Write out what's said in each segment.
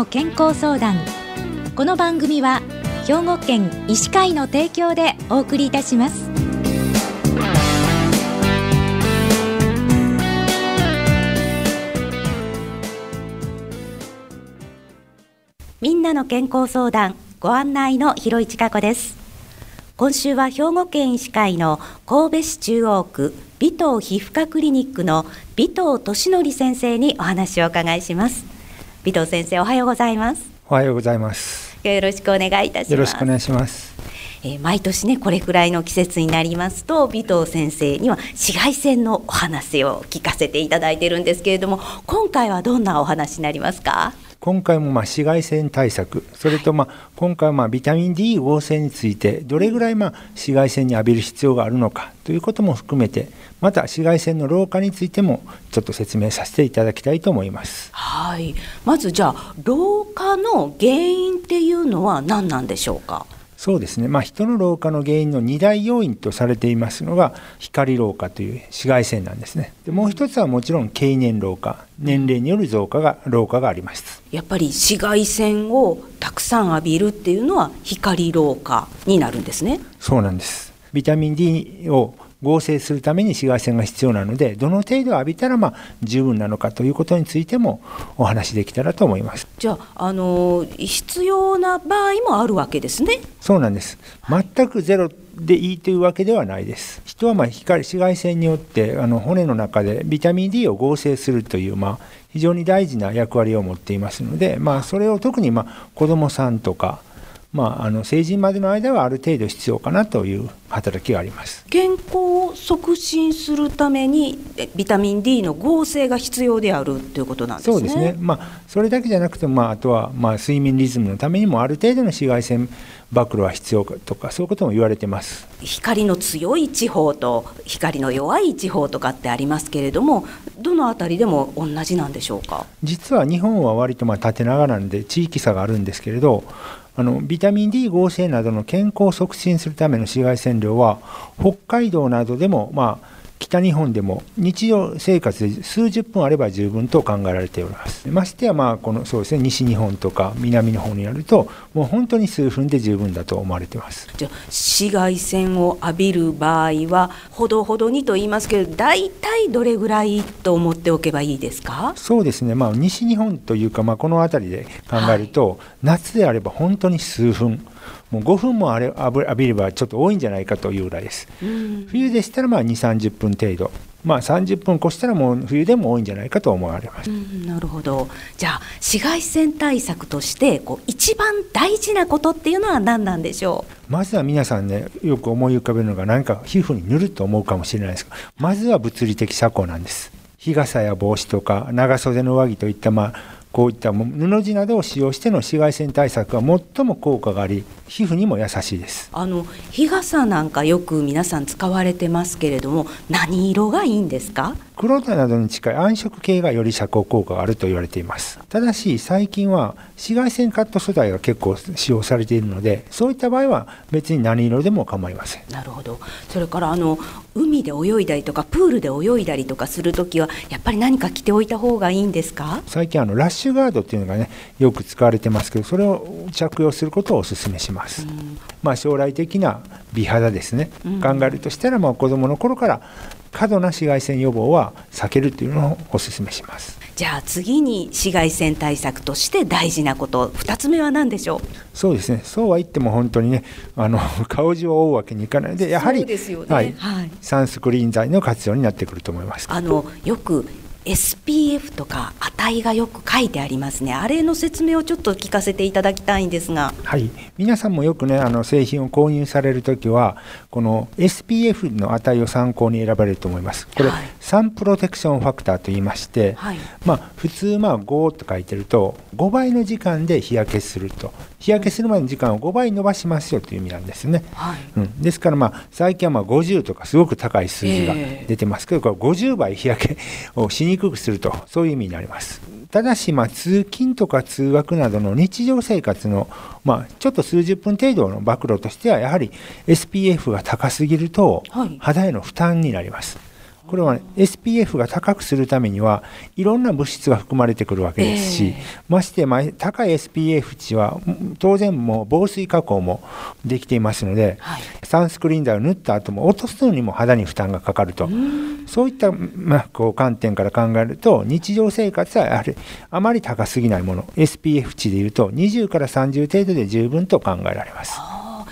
健康相談。この番組は兵庫県医師会の提供でお送りいたします。みんなの健康相談、ご案内の広市加子です。今週は兵庫県医師会の神戸市中央区尾藤皮膚科クリニックの尾藤俊則先生にお話をお伺いします。尾藤先生、おはようございます。 おはようございます。 よろしくお願いいたします。 よろしくお願いします。 毎年ね、これくらいの季節になりますと、尾藤先生には紫外線のお話を聞かせていただいているんですけれども、今回はどんなお話になりますか？ 今回も紫外線対策、それと今回はビタミン D 合成についてどれぐらい紫外線に浴びる必要があるのかということも含めて、また紫外線の老化についてもちょっと説明させていただきたいと思います。 はい、まずじゃあ老化の原因っていうのは何なんでしょうか？ そうですね、人の老化の原因の2大要因とされていますのが光老化という紫外線なんですね。でもう一つはもちろん経年老化、年齢による老化があります。 やっぱり紫外線をたくさん浴びるっていうのは光老化になるんですね。 そうなんです。ビタミン D を合成するために紫外線が必要なので、どの程度浴びたら十分なのかということについてもお話できたらと思います。 じゃあ、必要な場合もあるわけですね。 そうなんです。全くゼロでいいというわけではないです。人は紫外線によって骨の中でビタミン D を合成するという非常に大事な役割を持っていますので、それを特に子どもさんとか成人までの間はある程度必要かなという働きがあります。 健康を促進するためにビタミン D の合成が必要であるということなんですね。 そうですね。それだけじゃなくてあとは睡眠リズムのためにもある程度の紫外線暴露は必要とか、そういうことも言われてます。 光の強い地方と光の弱い地方とかってありますけれども、どのあたりでも同じなんでしょうか？実は日本は割と縦長なんで地域差があるんですけれど、ビタミン D 合成などの健康を促進するための紫外線量は北海道などでも北日本でも日常生活で数十分あれば十分と考えられております。ましてやそうですね、西日本とか南の方になるともう本当に数分で十分だと思われています。 じゃあ紫外線を浴びる場合はほどほどにと言いますけど、だいたいどれぐらいと思っておけばいいですか？ そうですね、西日本というかこの辺りで考えると、夏であれば本当に数分、もう5分も浴びればちょっと多いんじゃないかというぐらいです。冬でしたら2、30分程度、30分越したらもう冬でも多いんじゃないかと思われます。 なるほど。じゃあ紫外線対策として一番大事なことっていうのは何なんでしょう？ まずは皆さんね、よく思い浮かべるのが何か皮膚に塗ると思うかもしれないですが、まずは物理的遮光なんです。日傘や帽子とか長袖の上着といったこういった布地などを使用しての紫外線対策が最も効果があり、皮膚にも優しいです。 日傘なんかよく皆さん使われてますけれども、何色がいいんですか？ 黒などに近い暗色系がより遮光効果があると言われています。ただし最近は紫外線カット素材が結構使用されているので、そういった場合は別に何色でも構いません。 なるほど。それから海で泳いだりとかプールで泳いだりとかするときはやっぱり何か着ておいた方がいいんですか？ 最近ラッシュガードっていうのがね、よく使われてますけど、それを着用することをお勧めします。将来的な美肌ですね、考えるとしたら子どもの頃から過度な紫外線予防は避けるというのをお勧めします。 じゃあ次に紫外線対策として大事なこと2つ目は何でしょう？ そうですね、そうは言っても本当にね、顔中を覆うわけにいかないので、やはり、サンスクリーン剤の活用になってくると思います。 よくSPF とか値がよく書いてありますね。あれの説明をちょっと聞かせていただきたいんですが。 はい、皆さんもよくね、製品を購入されるときはこの SPF の値を参考に選ばれると思います。これ、サンプロテクションファクターと言いまして、普通5と書いてると5倍の時間で日焼けすると、日焼けするまでの時間を5倍伸ばしますよという意味なんですね。ですから最近は50とかすごく高い数字が出てますけど、これ50倍日焼けをしにくくすると、そういう意味になります。ただし通勤とか通学などの日常生活のちょっと数十分程度の暴露としては、やはり SPF が高すぎると肌への負担になります。 これは、ね、SPF が高くするためにはいろんな物質が含まれてくるわけですし、まして高い SPF 値は当然もう防水加工もできていますので、サンスクリーン剤を塗った後も落とすのにも肌に負担がかかると、そういった、こう観点から考えると日常生活はやはりあまり高すぎないもの、 SPF 値でいうと20から30程度で十分と考えられます。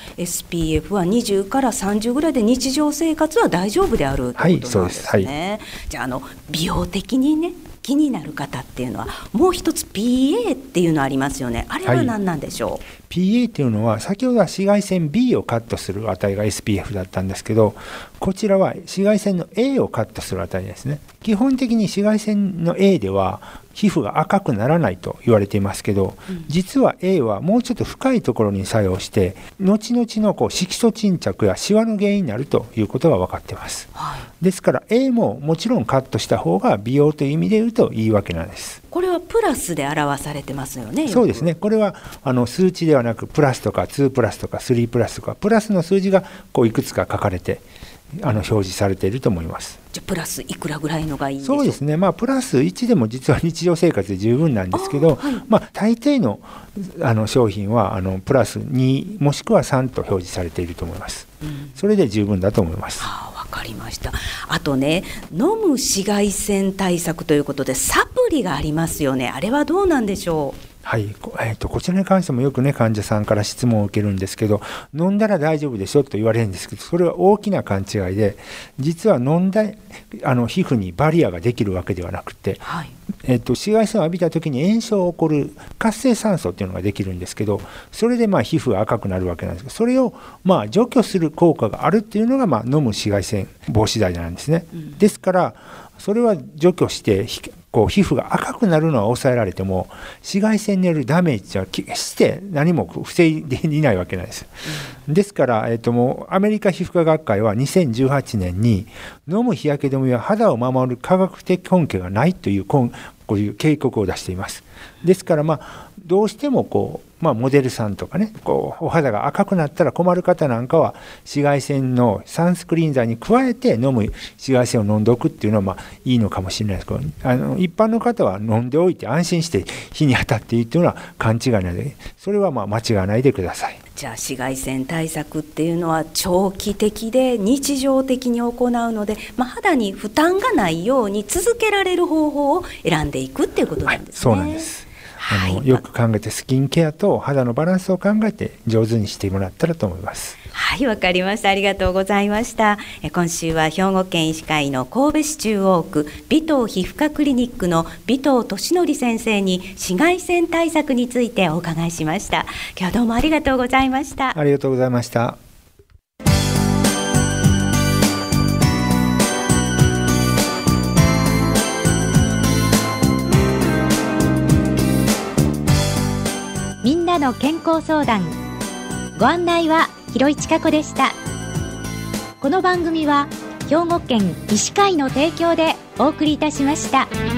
SPF は20から30ぐらいで日常生活は大丈夫であるということなんですね。じゃあ、美容的にね気になる方っていうのはもう一つ PA っていうのありますよね。あれは何なんでしょう。 PA というのは先ほどは紫外線 B をカットする値が SPF だったんですけど、こちらは紫外線の A をカットする値ですね。基本的に紫外線の A では皮膚が赤くならないと言われていますけど、実は A はもうちょっと深いところに作用して後々の色素沈着やシワの原因になるということが分かっています。ですから A ももちろんカットした方が美容という意味で言うといいわけなんです。 これはプラスで表されてますよね。 そうですね。これは数値ではなくプラスとか2プラスとか3プラスとかプラスの数字がいくつか書かれて表示されていると思います。 じゃあプラスいくらぐらいのがいいんでしょう。 そうですね。プラス1でも実は日常生活で十分なんですけど、大抵の商品はプラス2もしくは3と表示されていると思います。それで十分だと思います。 わかりました。あとね、飲む紫外線対策ということでサプリがありますよね。あれはどうなんでしょう。 こちらに関してもよくね患者さんから質問を受けるんですけど、飲んだら大丈夫でしょと言われるんですけど、それは大きな勘違いで、実は飲んだ皮膚にバリアができるわけではなくて、紫外線を浴びた時に炎症が起こる活性酸素っていうのができるんですけど、それで皮膚が赤くなるわけなんですけど、それを除去する効果があるっていうのが飲む紫外線防止剤なんですね。ですからそれは除去して皮膚が赤くなるのは抑えられても紫外線によるダメージは決して何も防いでいないわけなんです。ですから、もうアメリカ皮膚科学会は2018年に飲む日焼け止めは肌を守る科学的根拠がないというこういう警告を出しています。ですからどうしてもモデルさんとかねお肌が赤くなったら困る方なんかは紫外線のサンスクリーン剤に加えて飲む紫外線を飲んでおくっていうのはいいのかもしれないですけど、一般の方は飲んでおいて安心して日に当たっていいっていうのは勘違いなので、それは間違わないでください。 じゃあ紫外線対策っていうのは長期的で日常的に行うので、肌に負担がないように続けられる方法を選んでいくっていうことなんですね。 そうなんです。よく考えてスキンケアと肌のバランスを考えて上手にしてもらったらと思います。 わかりました。ありがとうございました。今週は兵庫県医師会の神戸市中央区美東皮膚科クリニックの尾藤俊則先生に紫外線対策についてお伺いしました。今日はどうもありがとうございました。 ありがとうございました。 みんなの健康相談、ご案内は広市加子でした。この番組は兵庫県医師会の提供でお送りいたしました。